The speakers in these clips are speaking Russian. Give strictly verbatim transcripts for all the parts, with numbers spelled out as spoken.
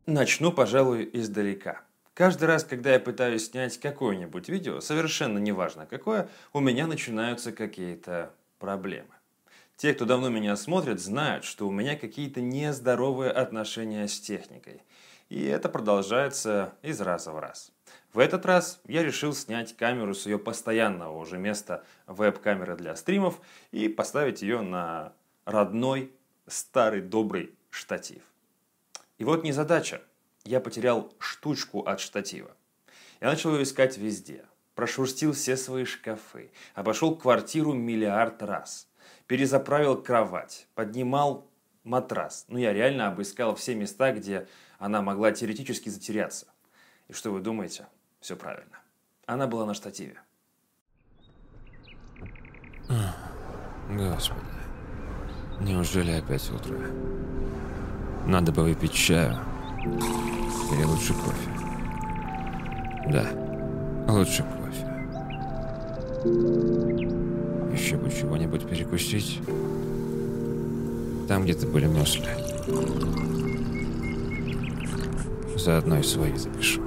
Начну, пожалуй, издалека. Каждый раз, когда я пытаюсь снять какое-нибудь видео, совершенно неважно какое, у меня начинаются какие-то проблемы. Те, кто давно меня смотрит, знают, что у меня какие-то нездоровые отношения с техникой. И это продолжается из раза в раз. В этот раз я решил снять камеру с ее постоянного уже места веб-камеры для стримов и поставить ее на родной старый добрый штатив. И вот незадача. Я потерял штучку от штатива. Я начал ее искать везде. Прошурстил все свои шкафы. Обошел квартиру миллиард раз. Перезаправил кровать. Поднимал матрас. Ну, я реально обыскал все места, где она могла теоретически затеряться. И что вы думаете? Все правильно. Она была на штативе. Господи, неужели опять утро? Надо бы выпить чаю. Или лучше кофе. Да, лучше кофе. Еще бы чего-нибудь перекусить. Там где-то были мюсли. Заодно и свои запишу.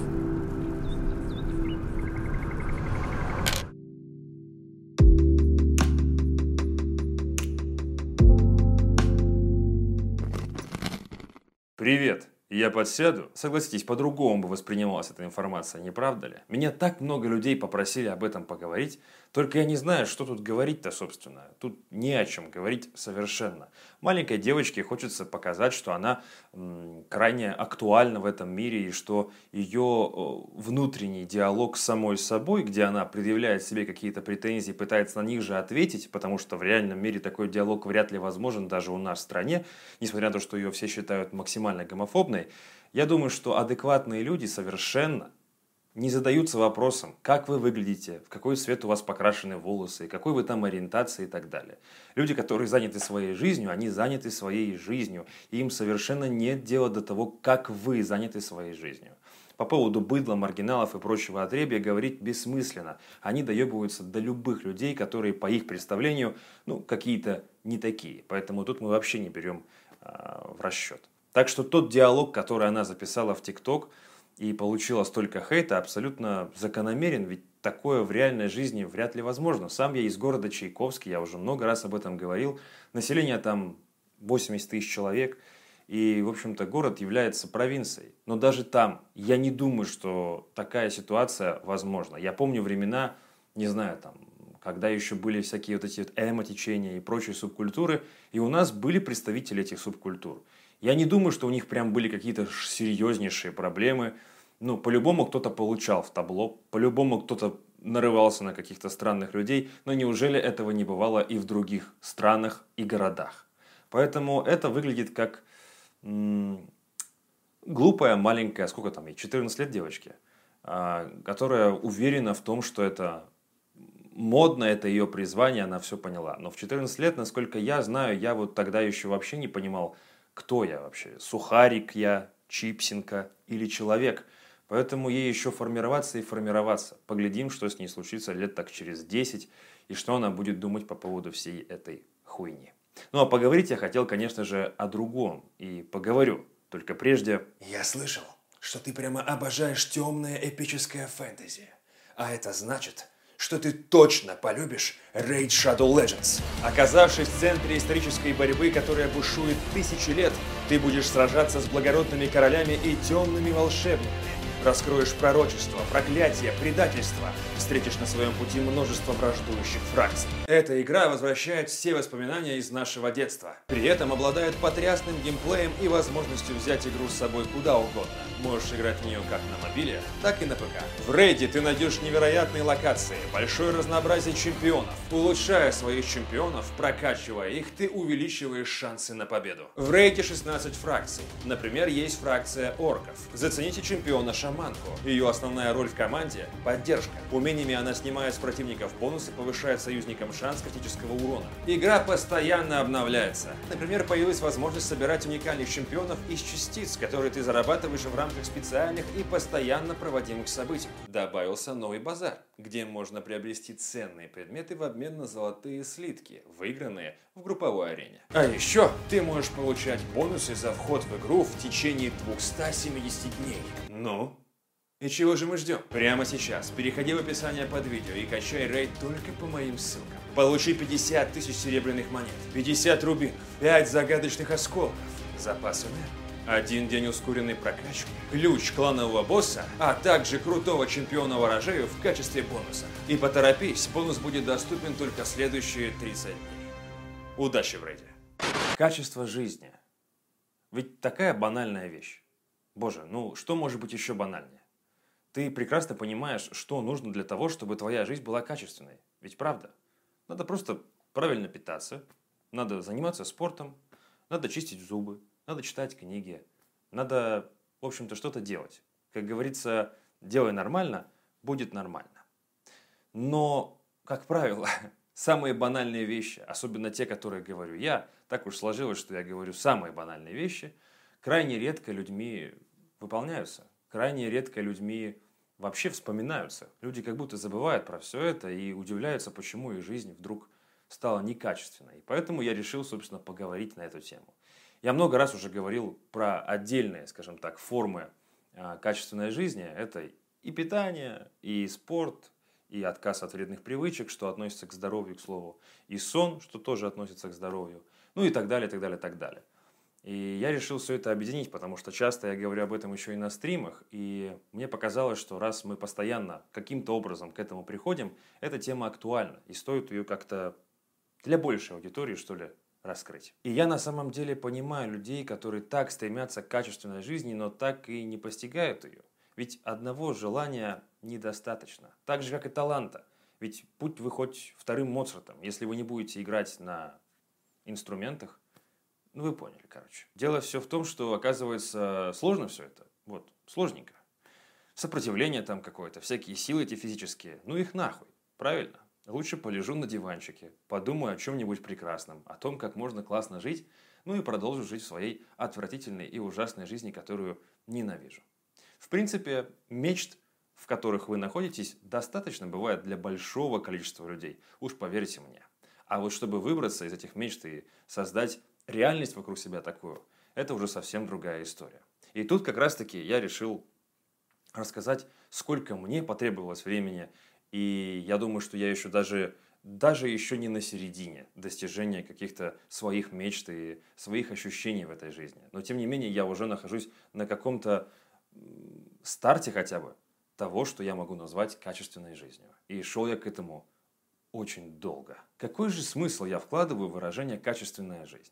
Привет! Я подсяду? Согласитесь, по-другому бы воспринималась эта информация, не правда ли? Меня так много людей попросили об этом поговорить, только я не знаю, что тут говорить-то, собственно. Тут не о чем говорить совершенно. Маленькой девочке хочется показать, что она м, крайне актуальна в этом мире, и что ее э, внутренний диалог с самой собой, где она предъявляет себе какие-то претензии, пытается на них же ответить, потому что в реальном мире такой диалог вряд ли возможен даже у нас в стране, несмотря на то, что ее все считают максимально гомофобной. Я думаю, что адекватные люди совершенно не задаются вопросом, как вы выглядите, в какой цвет у вас покрашены волосы, какой вы там ориентации и так далее. Люди, которые заняты своей жизнью, они заняты своей жизнью, и им совершенно нет дела до того, как вы заняты своей жизнью. По поводу быдла, маргиналов и прочего отребья говорить бессмысленно. Они доебываются до любых людей, которые, по их представлению, ну, какие-то не такие. Поэтому тут мы вообще не берем э, в расчет. Так что тот диалог, который она записала в ТикТок и получила столько хейта, абсолютно закономерен, ведь такое в реальной жизни вряд ли возможно. Сам я из города Чайковский, я уже много раз об этом говорил. Население там восемьдесят тысяч человек, и, в общем-то, город является провинцией. Но даже там я не думаю, что такая ситуация возможна. Я помню времена, не знаю, там, когда еще были всякие вот эти вот эмо-течения и прочие субкультуры, и у нас были представители этих субкультур. Я не думаю, что у них прям были какие-то серьезнейшие проблемы. Ну, по-любому кто-то получал в табло, по-любому кто-то нарывался на каких-то странных людей, но неужели этого не бывало и в других странах и городах? Поэтому это выглядит как м- глупая, маленькая, сколько там ей, четырнадцать лет девочки, а, которая уверена в том, что это модно, это ее призвание, она все поняла. Но в четырнадцать лет, насколько я знаю, я вот тогда еще вообще не понимал, кто я вообще, сухарик я, чипсинка или человек. Поэтому ей еще формироваться и формироваться. Поглядим, что с ней случится лет так через десять, и что она будет думать по поводу всей этой хуйни. Ну а поговорить я хотел, конечно же, о другом. И поговорю, только прежде... Я слышал, что ты прямо обожаешь темное эпическое фэнтези. А это значит, что ты точно полюбишь Raid Shadow Legends. Оказавшись в центре исторической борьбы, которая бушует тысячи лет, ты будешь сражаться с благородными королями и темными волшебниками. Раскроешь пророчество, проклятие, предательство. Встретишь на своем пути множество враждующих фракций. Эта игра возвращает все воспоминания из нашего детства. При этом обладает потрясным геймплеем и возможностью взять игру с собой куда угодно. Можешь играть в нее как на мобиле, так и на ПК. В рейде ты найдешь невероятные локации, большое разнообразие чемпионов. Улучшая своих чемпионов, прокачивая их, ты увеличиваешь шансы на победу. В рейде шестнадцать фракций. Например, есть фракция орков. Зацените чемпиона Шаманку. Ее основная роль в команде – поддержка. Умениями она снимает с противников бонусы, повышает союзникам шанс критического урона. Игра постоянно обновляется. Например, появилась возможность собирать уникальных чемпионов из частиц, которые ты зарабатываешь в рамках специальных и постоянно проводимых событий. Добавился новый базар. где можно приобрести ценные предметы в обмен на золотые слитки, выигранные в групповой арене. А еще ты можешь получать бонусы за вход в игру в течение двухсот семидесяти дней. Ну? И чего же мы ждем? Прямо сейчас переходи в описание под видео и качай рейд только по моим ссылкам. Получи пятьдесят тысяч серебряных монет, пятьдесят рубинов, пять загадочных осколков, запас энергии, один день ускоренной прокачки, ключ кланового босса, а также крутого чемпиона ворожею в качестве бонуса. И поторопись, бонус будет доступен только следующие тридцать дней. Удачи в рейде. Качество жизни. Ведь такая банальная вещь. Боже, ну что может быть еще банальнее? Ты прекрасно понимаешь, что нужно для того, чтобы твоя жизнь была качественной. Ведь правда? Надо просто правильно питаться, надо заниматься спортом, надо чистить зубы, надо читать книги, надо, в общем-то, что-то делать. Как говорится, делай нормально, будет нормально. Но, как правило, самые банальные вещи, особенно те, которые говорю я, так уж сложилось, что я говорю самые банальные вещи, крайне редко людьми выполняются, крайне редко людьми вообще вспоминаются. Люди как будто забывают про все это и удивляются, почему их жизнь вдруг стала некачественной. И поэтому я решил, собственно, поговорить на эту тему. Я много раз уже говорил про отдельные, скажем так, формы э, качественной жизни. Это и питание, и спорт, и отказ от вредных привычек, что относится к здоровью, к слову, и сон, что тоже относится к здоровью, ну и так далее, так далее, так далее. И я решил все это объединить, потому что часто я говорю об этом еще и на стримах, и мне показалось, что раз мы постоянно каким-то образом к этому приходим, эта тема актуальна, и стоит ее как-то для большей аудитории, что ли, раскрыть. И я на самом деле понимаю людей, которые так стремятся к качественной жизни, но так и не постигают ее. Ведь одного желания недостаточно, так же, как и таланта. Ведь будь вы хоть вторым Моцартом, если вы не будете играть на инструментах, ну, вы поняли, короче. Дело все в том, что, оказывается, сложно все это. Вот, сложненько. Сопротивление там какое-то, всякие силы эти физические. Ну, их нахуй, правильно? Лучше полежу на диванчике, подумаю о чем-нибудь прекрасном, о том, как можно классно жить, ну и продолжу жить в своей отвратительной и ужасной жизни, которую ненавижу. В принципе, мечт, в которых вы находитесь, достаточно бывает для большого количества людей. Уж поверьте мне. А вот чтобы выбраться из этих мечт и создать реальность вокруг себя такую, это уже совсем другая история. И тут как раз-таки я решил рассказать, сколько мне потребовалось времени, и я думаю, что я еще даже, даже еще не на середине достижения каких-то своих мечт и своих ощущений в этой жизни. Но тем не менее я уже нахожусь на каком-то старте хотя бы того, что я могу назвать качественной жизнью. И шел я к этому очень долго. Какой же смысл я вкладываю в выражение «качественная жизнь»?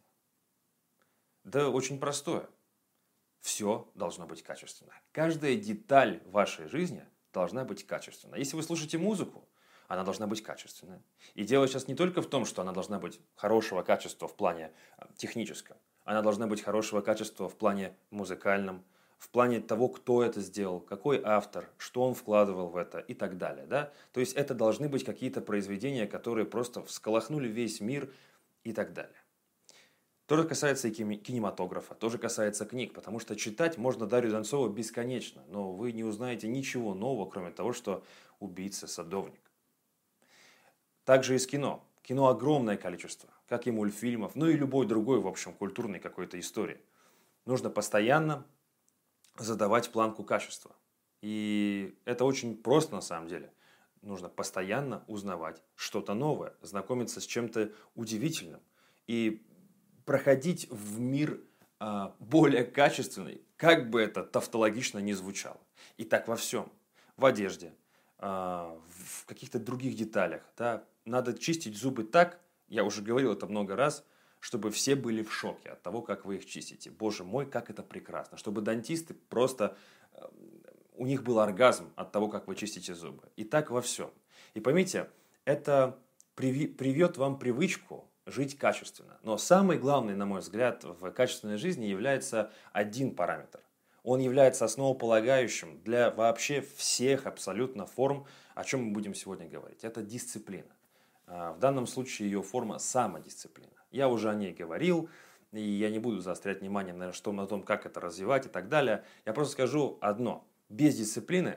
Да очень простое. Все должно быть качественно. Каждая деталь вашей жизни должна быть качественной. Если вы слушаете музыку, она должна быть качественной. И дело сейчас не только в том, что она должна быть хорошего качества в плане техническом. Она должна быть хорошего качества в плане музыкальном, в плане того, кто это сделал, какой автор, что он вкладывал в это и так далее. Да? То есть это должны быть какие-то произведения, которые просто всколыхнули весь мир и так далее. То же касается и кинематографа, тоже касается книг, потому что читать можно Дарью Донцову бесконечно, но вы не узнаете ничего нового, кроме того, что убийца садовник. Также и с кино. Кино огромное количество, как и мультфильмов, ну и любой другой, в общем, культурной какой-то истории. Нужно постоянно задавать планку качества. И это очень просто на самом деле. Нужно постоянно узнавать что-то новое, знакомиться с чем-то удивительным и проходить в мир а, более качественный, как бы это тавтологично ни звучало. И так во всем. В одежде, а, в каких-то других деталях. Да. Надо чистить зубы так, я уже говорил это много раз, чтобы все были в шоке от того, как вы их чистите. Боже мой, как это прекрасно. Чтобы дантисты просто... У них был оргазм от того, как вы чистите зубы. И так во всем. И поймите, это привьет вам привычку жить качественно. Но самый главный, на мой взгляд, в качественной жизни является один параметр. Он является основополагающим для вообще всех абсолютно форм, о чем мы будем сегодня говорить. Это дисциплина. В данном случае ее форма самодисциплина. Я уже о ней говорил, и я не буду заострять внимание на, что, на том, как это развивать и так далее. Я просто скажу одно. Без дисциплины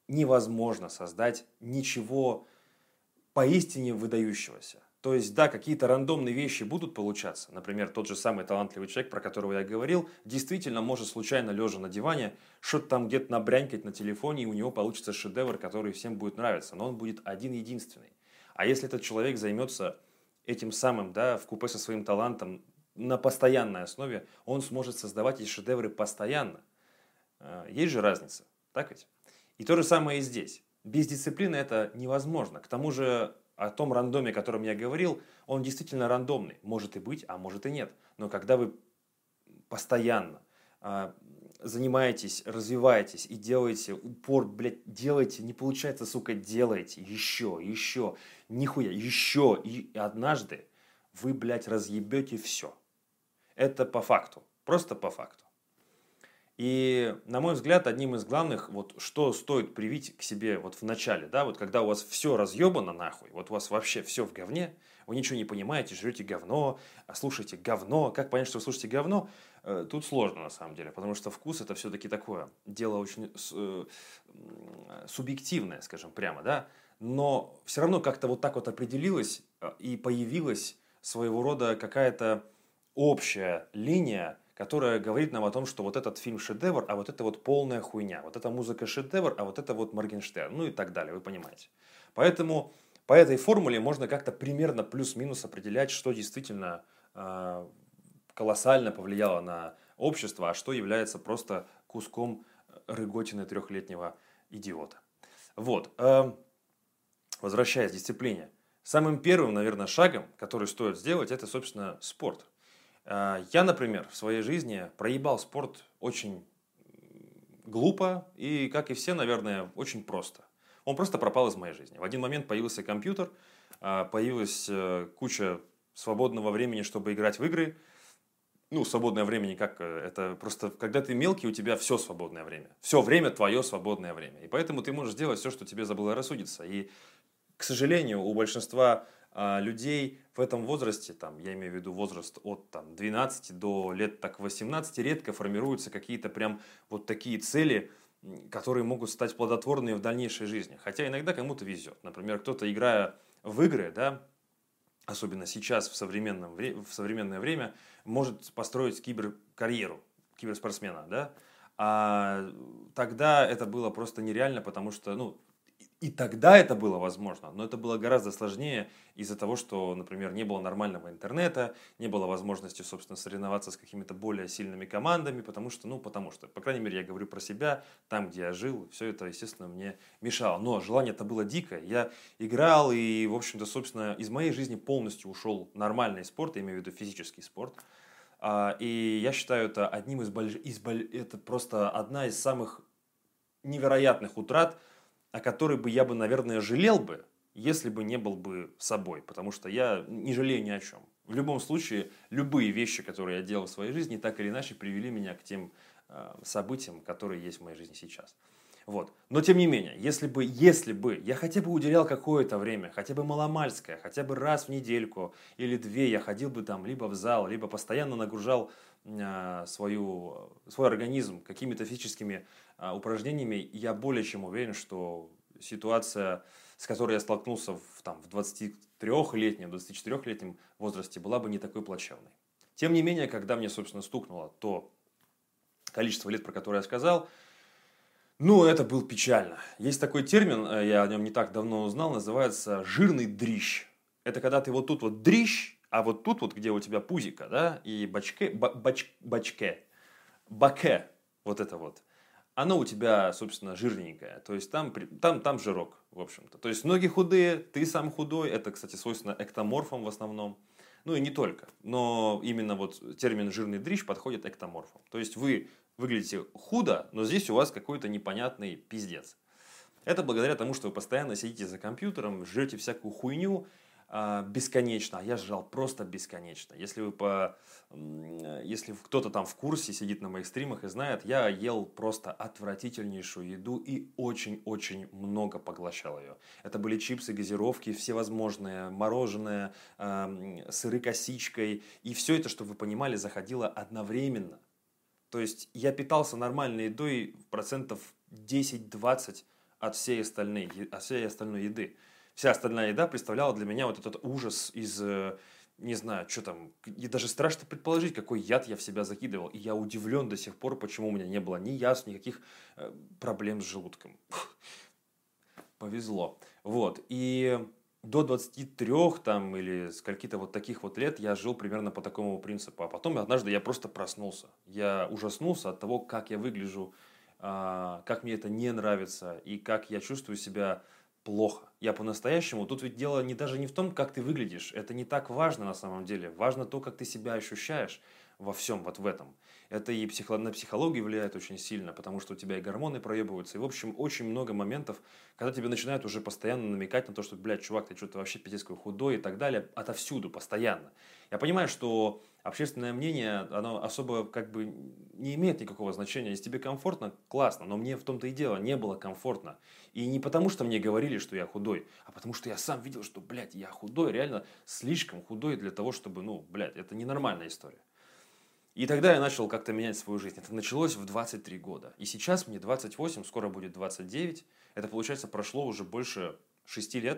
невозможно создать ничего поистине выдающегося. То есть, да, какие-то рандомные вещи будут получаться. Например, тот же самый талантливый человек, про которого я говорил, действительно может случайно, лежа на диване, что-то там где-то набрянькать на телефоне, и у него получится шедевр, который всем будет нравиться. Но он будет один-единственный. А если этот человек займется этим самым, да, вкупе со своим талантом на постоянной основе, он сможет создавать эти шедевры постоянно. Есть же разница, так ведь? И то же самое и здесь. Без дисциплины это невозможно. К тому же о том рандоме, о котором я говорил, он действительно рандомный. Может и быть, а может и нет. Но когда вы постоянно а, занимаетесь, развиваетесь и делаете упор, блядь, делаете, не получается, сука, делаете еще, еще, нихуя, еще. И однажды вы, блядь, разъебете все. Это по факту. Просто по факту. И, на мой взгляд, одним из главных, вот что стоит привить к себе вот в начале, да, вот когда у вас все разъебано нахуй, вот у вас вообще все в говне, вы ничего не понимаете, жрете говно, слушаете говно. Как понять, что вы слушаете говно? Тут сложно на самом деле, потому что вкус это все-таки такое дело очень субъективное, скажем прямо, да, но все равно как-то вот так вот определилось и появилась своего рода какая-то общая линия, которая говорит нам о том, что вот этот фильм шедевр, а вот это вот полная хуйня. Вот эта музыка шедевр, а вот это вот Моргенштерн. Ну и так далее, вы понимаете. Поэтому по этой формуле можно как-то примерно плюс-минус определять, что действительно э, колоссально повлияло на общество, а что является просто куском рыготины трехлетнего идиота. Вот. Э, возвращаясь к дисциплине. Самым первым, наверное, шагом, который стоит сделать, это, собственно, спорт. Я, например, в своей жизни проебал спорт очень глупо и, как и все, наверное, очень просто. Он просто пропал из моей жизни. В один момент появился компьютер, появилась куча свободного времени, чтобы играть в игры. Ну, свободное времени, как это просто, когда ты мелкий, у тебя все свободное время. Все время твое свободное время. И поэтому ты можешь делать все, что тебе заблагорассудится. И, к сожалению, у большинства людей в этом возрасте, там, я имею в виду возраст от там, двенадцати до лет так, восемнадцати, редко формируются какие-то прям вот такие цели, которые могут стать плодотворными в дальнейшей жизни. Хотя иногда кому-то везет. Например, кто-то, играя в игры, да, особенно сейчас, в, современном, в современное время, может построить киберкарьеру, киберспортсмена. Да? А тогда это было просто нереально, потому что, ну, и тогда это было возможно, но это было гораздо сложнее из-за того, что, например, не было нормального интернета, не было возможности, собственно, соревноваться с какими-то более сильными командами, потому что, ну, потому что, по крайней мере, я говорю про себя, там, где я жил, все это, естественно, мне мешало. Но желание-то было дикое. Я играл, и, в общем-то, собственно, из моей жизни полностью ушел нормальный спорт, я имею в виду физический спорт. И я считаю, это одним из больших, это просто одна из самых невероятных утрат, о которой бы я бы, наверное, жалел бы, если бы не был бы собой. Потому что я не жалею ни о чем. В любом случае, любые вещи, которые я делал в своей жизни, так или иначе привели меня к тем э, событиям, которые есть в моей жизни сейчас. Вот. Но, тем не менее, если бы, если бы я хотя бы уделял какое-то время, хотя бы маломальское, хотя бы раз в недельку или две я ходил бы там либо в зал, либо постоянно нагружал э, свою, свой организм какими-то физическими э, упражнениями, я более чем уверен, что ситуация, с которой я столкнулся в, там, в двадцатитрёхлетнем, двадцатичетырёхлетнем возрасте, была бы не такой плачевной. Тем не менее, когда мне, собственно, стукнуло то количество лет, про которое я сказал, ну, это было печально. Есть такой термин, я о нем не так давно узнал, называется жирный дрищ. Это когда ты вот тут вот дрищ, а вот тут вот, где у тебя пузико, да, и бачке, бач, бачке, баке, вот это вот, оно у тебя, собственно, жирненькое. То есть там, там, там жирок, в общем-то. То есть ноги худые, ты сам худой. Это, кстати, свойственно эктоморфам в основном. Ну и не только. Но именно вот термин жирный дрищ подходит эктоморфам. То есть вы выглядите худо, но здесь у вас какой-то непонятный пиздец. Это благодаря тому, что вы постоянно сидите за компьютером, жрете всякую хуйню э, бесконечно. А я жрал просто бесконечно. Если вы по, э, если кто-то там в курсе сидит на моих стримах и знает, я ел просто отвратительнейшую еду и очень-очень много поглощал ее. Это были чипсы, газировки, всевозможные, мороженое, э, сыры косичкой. И все это, чтобы вы понимали, заходило одновременно. То есть я питался нормальной едой процентов десять-двадцать от всей остальной, от всей остальной еды. Вся остальная еда представляла для меня вот этот ужас из, не знаю, что там, и даже страшно предположить, какой яд я в себя закидывал. И я удивлен до сих пор, почему у меня не было ни язв, никаких проблем с желудком. Повезло. Вот, и до двадцати трёх там или скольки-то вот таких вот лет я жил примерно по такому принципу. А потом однажды я просто проснулся. Я ужаснулся от того, как я выгляжу, как мне это не нравится и как я чувствую себя плохо. Я по-настоящему, тут ведь дело не даже не в том, как ты выглядишь. Это не так важно на самом деле. Важно то, как ты себя ощущаешь во всем вот в этом. Это и психо- на психологию влияет очень сильно, потому что у тебя и гормоны проебываются. И, в общем, очень много моментов, когда тебе начинают уже постоянно намекать на то, что, блядь, чувак, ты что-то вообще пиздец какой худой и так далее. Отовсюду, постоянно. Я понимаю, что общественное мнение, оно особо как бы не имеет никакого значения. Если тебе комфортно, классно. Но мне в том-то и дело, не было комфортно. И не потому, что мне говорили, что я худой, а потому что я сам видел, что, блядь, я худой, реально слишком худой для того, чтобы, ну, блядь, это ненормальная история. И тогда я начал как-то менять свою жизнь. Это началось в двадцать три года. И сейчас мне двадцать восемь, скоро будет двадцать девять. Это, получается, прошло уже больше шести лет,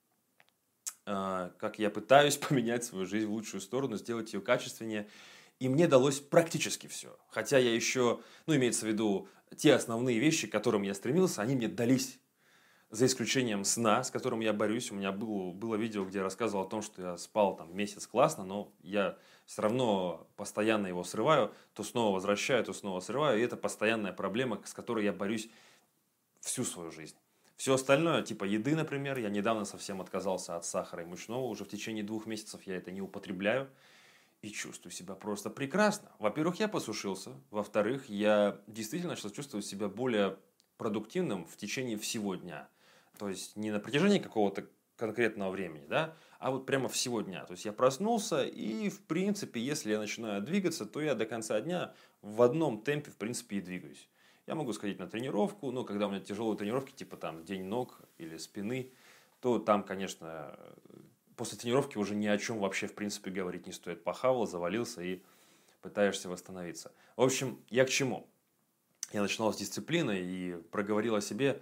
как я пытаюсь поменять свою жизнь в лучшую сторону, сделать ее качественнее. И мне далось практически все. Хотя я еще, ну, имеется в виду, те основные вещи, к которым я стремился, они мне дались. За исключением сна, с которым я борюсь. У меня был, было видео, где я рассказывал о том, что я спал там месяц классно, но я все равно постоянно его срываю. То снова возвращаю, то снова срываю. И это постоянная проблема, с которой я борюсь всю свою жизнь. Все остальное, типа еды, например, я недавно совсем отказался от сахара и мучного. Уже в течение двух месяцев я это не употребляю. И чувствую себя просто прекрасно. Во-первых, я посушился. Во-вторых, я действительно начал чувствовать себя более продуктивным в течение всего дня. То есть не на протяжении какого-то конкретного времени, да, а вот прямо всего дня. То есть я проснулся, и в принципе, если я начинаю двигаться, то я до конца дня в одном темпе, в принципе, и двигаюсь. Я могу сходить на тренировку, но когда у меня тяжелые тренировки, типа там день ног или спины, то там, конечно, после тренировки уже ни о чем вообще, в принципе, говорить не стоит. Похавал, завалился и пытаешься восстановиться. В общем, я к чему? Я начинал с дисциплины и проговорил о себе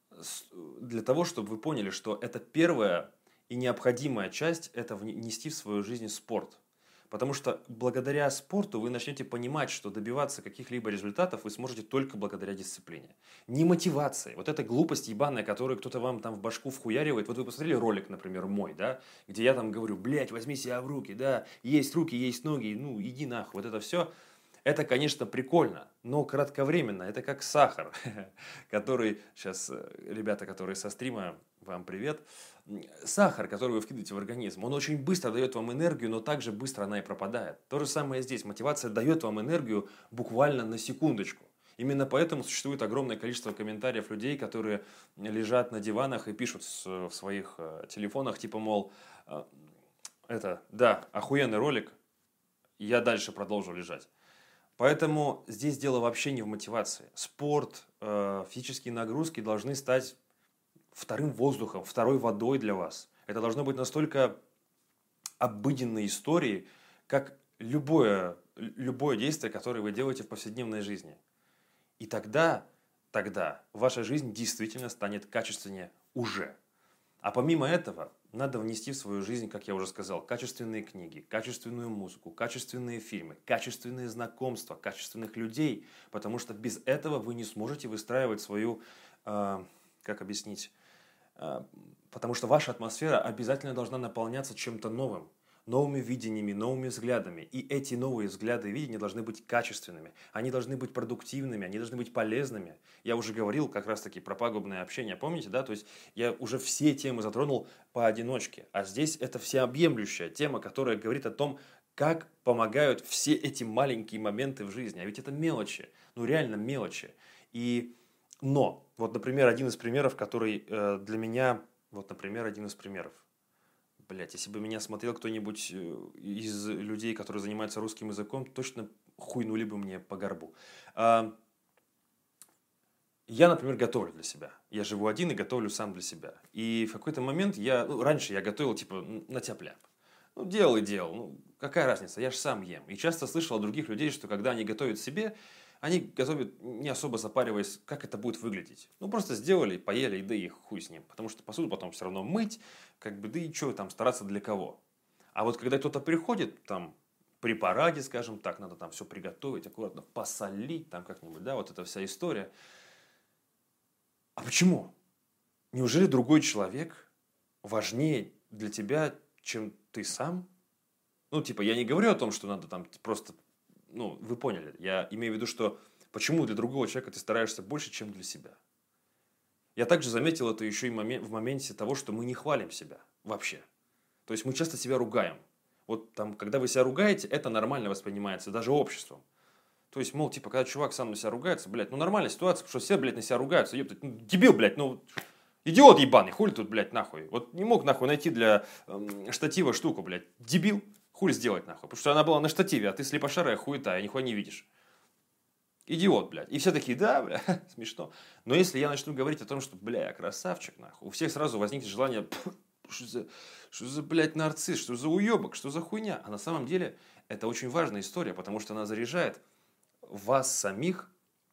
для того, чтобы вы поняли, что это первая и необходимая часть – это внести в свою жизнь спорт. Потому что благодаря спорту вы начнете понимать, что добиваться каких-либо результатов вы сможете только благодаря дисциплине. Не мотивации. Вот эта глупость ебаная, которую кто-то вам там в башку вхуяривает. Вот вы посмотрели ролик, например, мой, да, где я там говорю, блядь, возьми себя в руки, да, есть руки, есть ноги, ну, иди нахуй. Вот это все. Это, конечно, прикольно, но кратковременно. Это как сахар, который... Сейчас, ребята, которые со стрима, вам привет. Сахар, который вы вкидываете в организм, он очень быстро дает вам энергию, но также быстро она и пропадает. То же самое здесь. Мотивация дает вам энергию буквально на секундочку. Именно поэтому существует огромное количество комментариев людей, которые лежат на диванах и пишут в своих телефонах, типа, мол, это, да, охуенный ролик, я дальше продолжу лежать. Поэтому здесь дело вообще не в мотивации. Спорт, э, физические нагрузки должны стать вторым воздухом, второй водой для вас. Это должно быть настолько обыденной историей, как любое, любое действие, которое вы делаете в повседневной жизни. И тогда, тогда ваша жизнь действительно станет качественнее уже. А помимо этого, надо внести в свою жизнь, как я уже сказал, качественные книги, качественную музыку, качественные фильмы, качественные знакомства, качественных людей, потому что без этого вы не сможете выстраивать свою, э, как объяснить, э, потому что ваша атмосфера обязательно должна наполняться чем-то новым, новыми видениями, новыми взглядами. И эти новые взгляды и видения должны быть качественными, они должны быть продуктивными, они должны быть полезными. Я уже говорил как раз-таки про пагубное общение, помните, да? То есть я уже все темы затронул поодиночке, а здесь это всеобъемлющая тема, которая говорит о том, как помогают все эти маленькие моменты в жизни. А ведь это мелочи, ну реально мелочи. И... Но, вот, например, один из примеров, который э, для меня, вот, например, один из примеров. Блять, если бы меня смотрел кто-нибудь из людей, которые занимаются русским языком, точно хуйнули бы мне по горбу. Я, например, готовлю для себя. Я живу один и готовлю сам для себя. И в какой-то момент я... Ну, раньше я готовил, типа, на тяп-ляп. Ну, делал и делал. Ну, какая разница, я же сам ем. И часто слышал от других людей, что когда они готовят себе, Они готовят, не особо запариваясь, как это будет выглядеть. Ну, просто сделали, поели, и да и хуй с ним. Потому что посуду потом все равно мыть, как бы, да и что там стараться для кого. А вот когда кто-то приходит, там, при параде, скажем так, надо там все приготовить, аккуратно посолить, там как-нибудь, да, вот эта вся история. А почему? Неужели другой человек важнее для тебя, чем ты сам? Ну, типа, я не говорю о том, что надо там просто, ну, вы поняли. Я имею в виду, что почему для другого человека ты стараешься больше, чем для себя. Я также заметил это еще и в моменте того, что мы не хвалим себя вообще. То есть мы часто себя ругаем. Вот там, когда вы себя ругаете, это нормально воспринимается даже обществом. То есть, мол, типа, когда чувак сам на себя ругается, блядь, ну нормальная ситуация, потому что все, блядь, на себя ругаются, ептать, ну дебил, блядь, ну идиот ебаный, хули тут, блядь, нахуй. Вот не мог, нахуй, найти для эм, штатива штуку, блядь, дебил, хули сделать, нахуй. Потому что она была на штативе, а ты слепошарая хуета, и нихуя не видишь. Идиот, блядь. И все такие, да, бля, смешно. Но если я начну говорить о том, что, бля, я красавчик, нахуй, у всех сразу возникнет желание, что за, что за, блядь, нарцисс, что за уебок, что за хуйня. А на самом деле это очень важная история, потому что она заряжает вас самих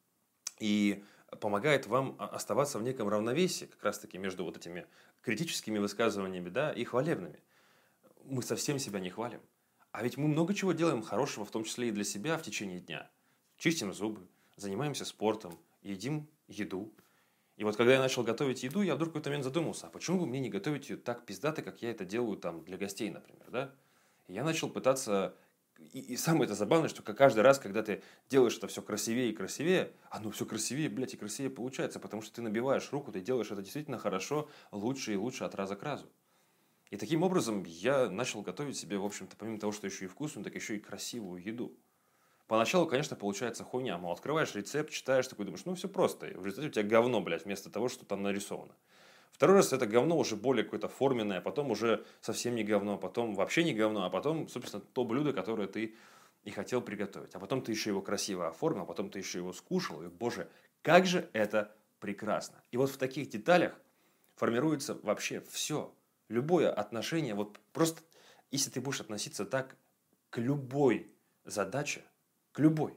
и помогает вам оставаться в неком равновесии, как раз-таки между вот этими критическими высказываниями, да, и хвалебными. Мы совсем себя не хвалим. А ведь мы много чего делаем хорошего, в том числе и для себя в течение дня. Чистим зубы, занимаемся спортом, едим еду. И вот когда я начал готовить еду, я вдруг в какой-то момент задумался, а почему бы мне не готовить ее так пиздато, как я это делаю там для гостей, например, да? И я начал пытаться... И, и самое это забавное, что каждый раз, когда ты делаешь это все красивее и красивее, оно все красивее, блядь, и красивее получается, потому что ты набиваешь руку, ты делаешь это действительно хорошо, лучше и лучше от раза к разу. И таким образом я начал готовить себе, в общем-то, помимо того, что еще и вкусную, так еще и красивую еду. Поначалу, конечно, получается хуйня, мол, открываешь рецепт, читаешь, такой думаешь, ну все просто, и в результате у тебя говно, блядь, вместо того, что там нарисовано. Второй раз это говно уже более какое-то форменное, потом уже совсем не говно, потом вообще не говно, а потом, собственно, то блюдо, которое ты и хотел приготовить. А потом ты еще его красиво оформил, а потом ты еще его скушал, и, боже, как же это прекрасно. И вот в таких деталях формируется вообще все. Любое отношение, вот просто, если ты будешь относиться так к любой задаче, к любой.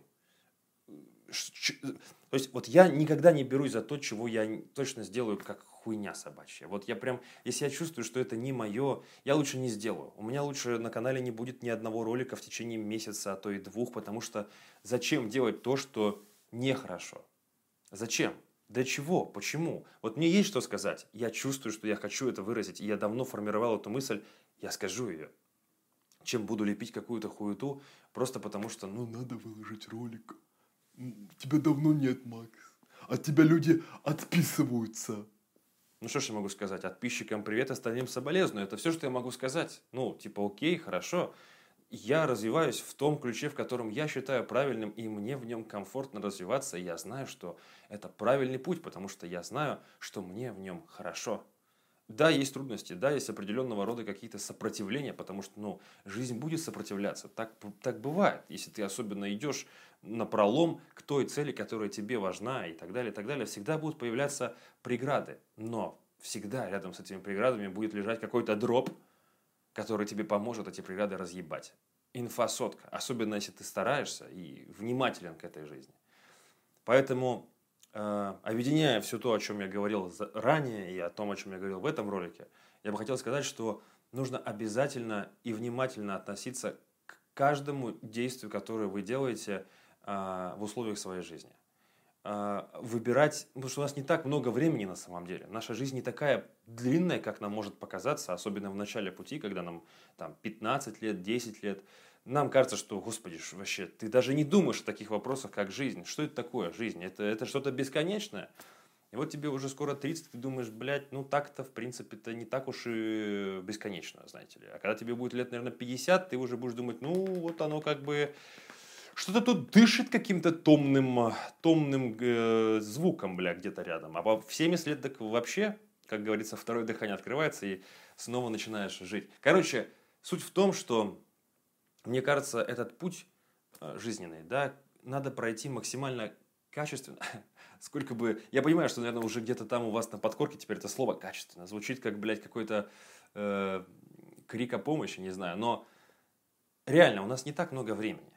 То есть, вот я никогда не берусь за то, чего я точно сделаю, как хуйня собачья. Вот я прям, если я чувствую, что это не мое, я лучше не сделаю. У меня лучше на канале не будет ни одного ролика в течение месяца, а то и двух, потому что зачем делать то, что нехорошо? Зачем? Для чего? Почему? Вот мне есть что сказать. Я чувствую, что я хочу это выразить, и я давно формировал эту мысль, я скажу ее. Чем буду лепить какую-то хуету, просто потому что, ну, надо выложить ролик. Тебя давно нет, Макс. От тебя люди отписываются. Ну, что ж я могу сказать? Подписчикам привет, остальным соболезную. Это все, что я могу сказать. Ну, типа, окей, хорошо. Я развиваюсь в том ключе, в котором я считаю правильным, и мне в нем комфортно развиваться. И я знаю, что это правильный путь, потому что я знаю, что мне в нем хорошо. Да, есть трудности, да, есть определенного рода какие-то сопротивления, потому что, ну, жизнь будет сопротивляться. Так, так бывает, если ты особенно идешь напролом к той цели, которая тебе важна, и так далее, и так далее, всегда будут появляться преграды. Но всегда рядом с этими преградами будет лежать какой-то дроп, который тебе поможет эти преграды разъебать. Инфосотка, особенно если ты стараешься и внимателен к этой жизни. Поэтому... Объединяя все то, о чем я говорил ранее, и о том, о чем я говорил в этом ролике, я бы хотел сказать, что нужно обязательно и внимательно относиться к каждому действию, которое вы делаете в условиях своей жизни. Выбирать, потому что у нас не так много времени на самом деле. Наша жизнь не такая длинная, как нам может показаться, особенно в начале пути, когда нам там, пятнадцать лет, десять лет. Нам кажется, что, господи, вообще, ты даже не думаешь о таких вопросах, как жизнь. Что это такое, жизнь? Это, это что-то бесконечное. И вот тебе уже скоро тридцать, ты думаешь, блядь, ну так-то, в принципе, это не так уж и бесконечно, знаете ли. А когда тебе будет лет, наверное, пятьдесят, ты уже будешь думать, ну, вот оно как бы... Что-то тут дышит каким-то томным, томным э, звуком, бля, где-то рядом. А в семьдесят лет так вообще, как говорится, второе дыхание открывается и снова начинаешь жить. Короче, суть в том, что... Мне кажется, этот путь жизненный, да, надо пройти максимально качественно. Сколько бы... Я понимаю, что, наверное, уже где-то там у вас на подкорке теперь это слово «качественно» звучит как, блядь, какой-то э, крик о помощи, не знаю. Но реально, у нас не так много времени.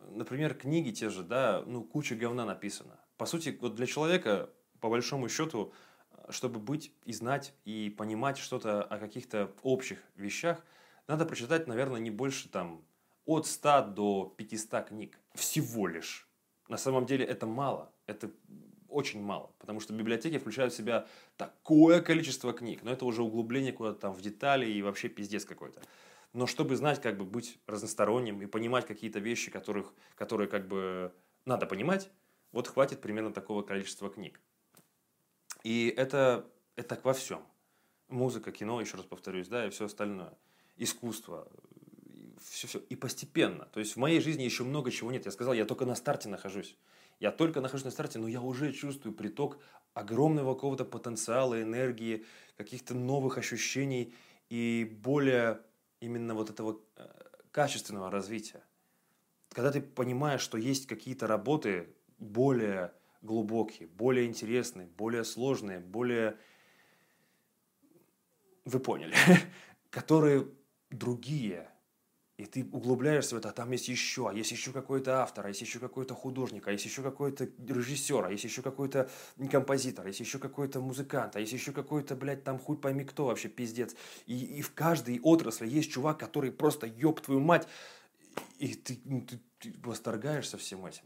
например, книги те же, да, ну, куча говна написано. По сути, вот для человека, по большому счету, чтобы быть и знать, и понимать что-то о каких-то общих вещах, надо прочитать, наверное, не больше там от ста до пятисот книг. Всего лишь. На самом деле это мало. Это очень мало. Потому что библиотеки включают в себя такое количество книг. Но это уже углубление куда-то там в детали и вообще пиздец какой-то. Но чтобы знать, как бы быть разносторонним и понимать какие-то вещи, которых, которые как бы надо понимать, вот хватит примерно такого количества книг. И это, это так во всем. Музыка, кино, еще раз повторюсь, да, и все остальное. Искусство. Все, все. И постепенно. То есть в моей жизни еще много чего нет. Я сказал, я только на старте нахожусь. Я только нахожусь на старте, но я уже чувствую приток огромного какого-то потенциала, энергии, каких-то новых ощущений и более именно вот этого качественного развития. Когда ты понимаешь, что есть какие-то работы более глубокие, более интересные, более сложные, более... Вы поняли. Которые другие. И ты углубляешься в это, а там есть еще, а есть еще какой-то автор, а есть еще какой-то художник, а есть еще какой-то режиссер, а есть еще какой-то композитор, а есть еще какой-то музыкант, а есть еще какой-то, блядь, там хуй пойми кто вообще, пиздец. И, и в каждой отрасли есть чувак, который просто, ёб твою мать, и ты, ты, ты восторгаешься всем этим.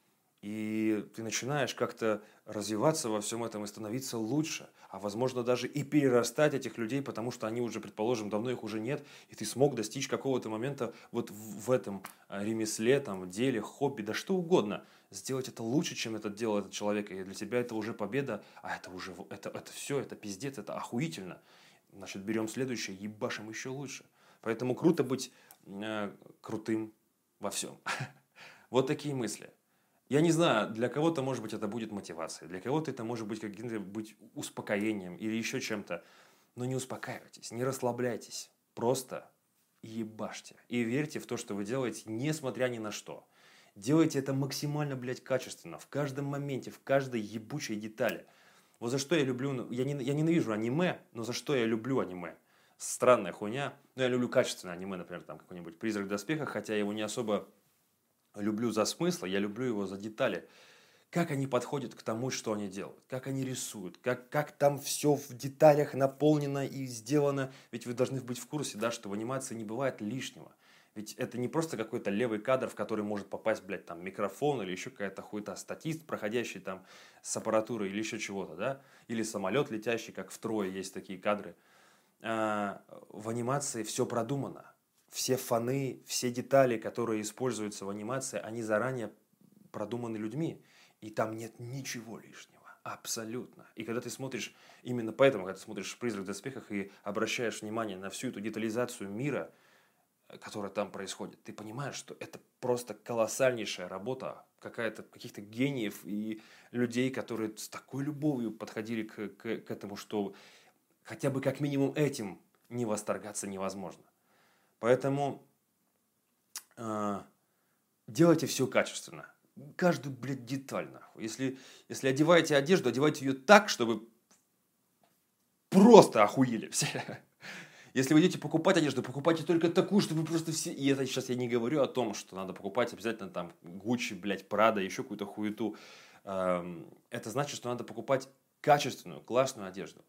И ты начинаешь как-то развиваться во всем этом и становиться лучше. А возможно даже и перерастать этих людей, потому что они уже, предположим, давно их уже нет. И ты смог достичь какого-то момента вот в этом ремесле, там, деле, хобби, да что угодно. Сделать это лучше, чем это делал этот человек. И для тебя это уже победа. А это уже, это, это все, это пиздец, это охуительно. Значит, берем следующее, ебашим еще лучше. Поэтому круто быть э, крутым во всем. Вот такие мысли. Я не знаю, для кого-то, может быть, это будет мотивацией, для кого-то это может быть каким-то быть успокоением или еще чем-то. Но не успокаивайтесь, не расслабляйтесь, просто ебашьте. И верьте в то, что вы делаете, несмотря ни на что. Делайте это максимально, блядь, качественно, в каждом моменте, в каждой ебучей детали. Вот за что я люблю, я, не, я ненавижу аниме, но за что я люблю аниме? Странная хуйня, но я люблю качественное аниме, например, там какой-нибудь «Призрак в доспехах», хотя я его не особо... люблю за смысл, я люблю его за детали. Как они подходят к тому, что они делают, как они рисуют, как, как там все в деталях наполнено и сделано. Ведь вы должны быть в курсе, да, что в анимации не бывает лишнего. Ведь это не просто какой-то левый кадр, в который может попасть, блядь, там микрофон или еще какая-то хуета статист, проходящий там с аппаратурой или еще чего-то, да, или самолет летящий, как в Трое есть такие кадры. А, в анимации все продумано. Все фоны, все детали, которые используются в анимации, они заранее продуманы людьми. И там нет ничего лишнего. Абсолютно. И когда ты смотришь, именно поэтому, когда ты смотришь «Призрак в доспехах» и обращаешь внимание на всю эту детализацию мира, которая там происходит, ты понимаешь, что это просто колоссальнейшая работа какая-то, каких-то гениев и людей, которые с такой любовью подходили к, к, к этому, что хотя бы как минимум этим не восторгаться невозможно. Поэтому э, делайте все качественно. Каждую, блядь, деталь, нахуй. Если, если одеваете одежду, одевайте ее так, чтобы просто охуели все. Если вы идете покупать одежду, покупайте только такую, чтобы просто все... И это сейчас я не говорю о том, что надо покупать обязательно там Гуччи, блядь, Прада, еще какую-то хуету. Э, это значит, что надо покупать качественную, классную одежду.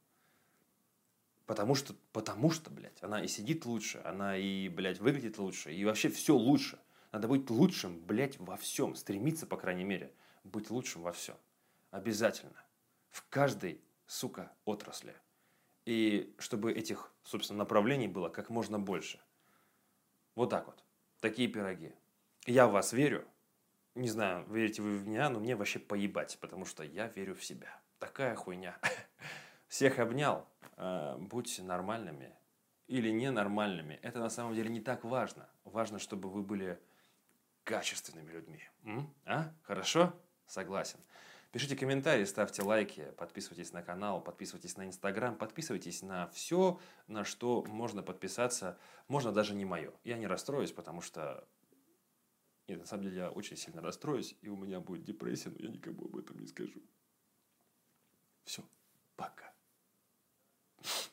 Потому что, потому что, блядь, она и сидит лучше, она и, блядь, выглядит лучше, и вообще все лучше. Надо быть лучшим, блядь, во всем. Стремиться, по крайней мере, быть лучшим во всем. Обязательно. В каждой, сука, отрасли. И чтобы этих, собственно, направлений было как можно больше. Вот так вот. Такие пироги. Я в вас верю. Не знаю, верите вы в меня, но мне вообще поебать, потому что я верю в себя. Такая хуйня. Всех обнял. Будьте нормальными или ненормальными. Это на самом деле не так важно. Важно, чтобы вы были качественными людьми. М? А? Хорошо? Согласен. Пишите комментарии, ставьте лайки, подписывайтесь на канал, подписывайтесь на Инстаграм, подписывайтесь на все, на что можно подписаться. Можно даже не мое. Я не расстроюсь, потому что... Нет, на самом деле я очень сильно расстроюсь, и у меня будет депрессия, но я никому об этом не скажу. Все. Пока.